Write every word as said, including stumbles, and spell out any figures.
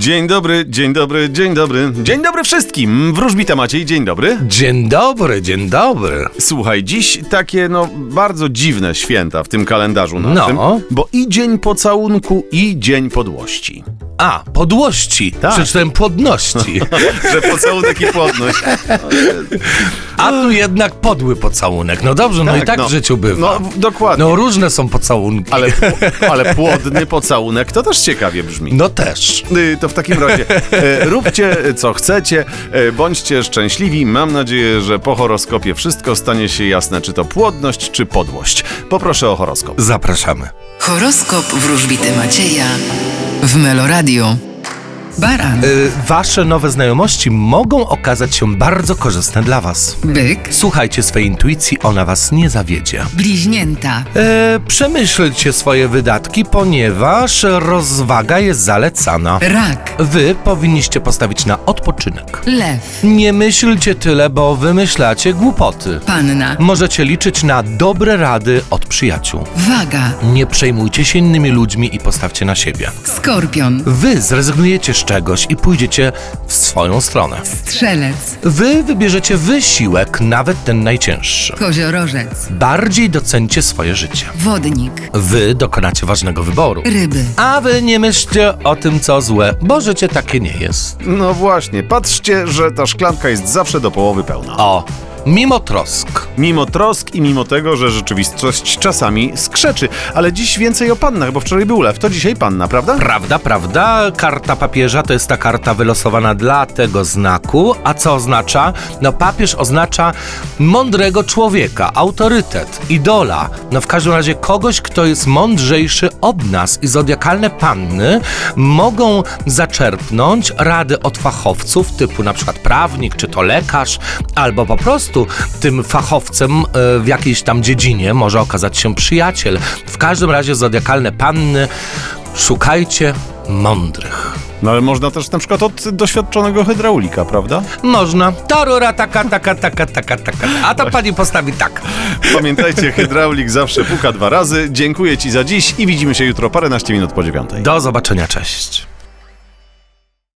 Dzień dobry, dzień dobry, dzień dobry. Dzień dobry wszystkim. Wróżbita Maciej, dzień dobry. Dzień dobry, dzień dobry. Słuchaj, dziś takie no bardzo dziwne święta w tym kalendarzu naszym, No. bo i dzień pocałunku, i dzień podłości. A, podłości. Tak. Przeczytałem płodności. Że pocałunek i płodność. A tu jednak podły pocałunek. No dobrze, no i tak no, w życiu bywa. No, dokładnie. No różne są pocałunki. Ale, ale płodny pocałunek to też ciekawie brzmi. No też. Y, To w takim razie e, róbcie co chcecie, e, bądźcie szczęśliwi. Mam nadzieję, że po horoskopie wszystko stanie się jasne, czy to płodność, czy podłość. Poproszę o horoskop. Zapraszamy. Horoskop wróżbity Macieja w Meloradio. Baran, Y, wasze nowe znajomości mogą okazać się bardzo korzystne dla was. byk, Słuchajcie swojej intuicji, ona was nie zawiedzie. bliźnięta, E, przemyślcie swoje wydatki, ponieważ rozwaga jest zalecana. rak, Wy powinniście postawić na odpoczynek. lew, Nie myślcie tyle, bo wymyślacie głupoty. panna, Możecie liczyć na dobre rady od przyjaciół. waga, Nie przejmujcie się innymi ludźmi i postawcie na siebie. skorpion, Wy zrezygnujecie z czegoś i pójdziecie w swoją stronę. strzelec, Wy wybierzecie wysiłek, nawet ten najcięższy. koziorożec, Bardziej docencie swoje życie. wodnik, Wy dokonacie ważnego wyboru. ryby, A wy nie myślcie o tym, co złe, bo życie takie nie jest. No właśnie, patrzcie, że ta szklanka jest zawsze do połowy pełna. O, mimo trosk. Mimo trosk i mimo tego, że rzeczywistość czasami skrzeczy. Ale dziś więcej o pannach, bo wczoraj był lew, to dzisiaj panna, prawda? Prawda, prawda. Karta papieża to jest ta karta wylosowana dla tego znaku. A co oznacza? No papież oznacza mądrego człowieka, autorytet, idola. No w każdym razie kogoś, kto jest mądrzejszy od nas. I zodiakalne panny mogą zaczerpnąć rady od fachowców, typu na przykład prawnik, czy to lekarz, albo po prostu tym fachowcem e, w jakiejś tam dziedzinie może okazać się przyjaciel. W każdym razie zodiakalne panny, szukajcie mądrych. No ale można też na przykład od doświadczonego hydraulika, prawda? Można. Tarura, taka, taka, taka, taka, taka. A to pani postawi tak. Pamiętajcie, hydraulik zawsze puka dwa razy. Dziękuję ci za dziś i widzimy się jutro paręnaście minut po dziewiątej. Do zobaczenia, cześć.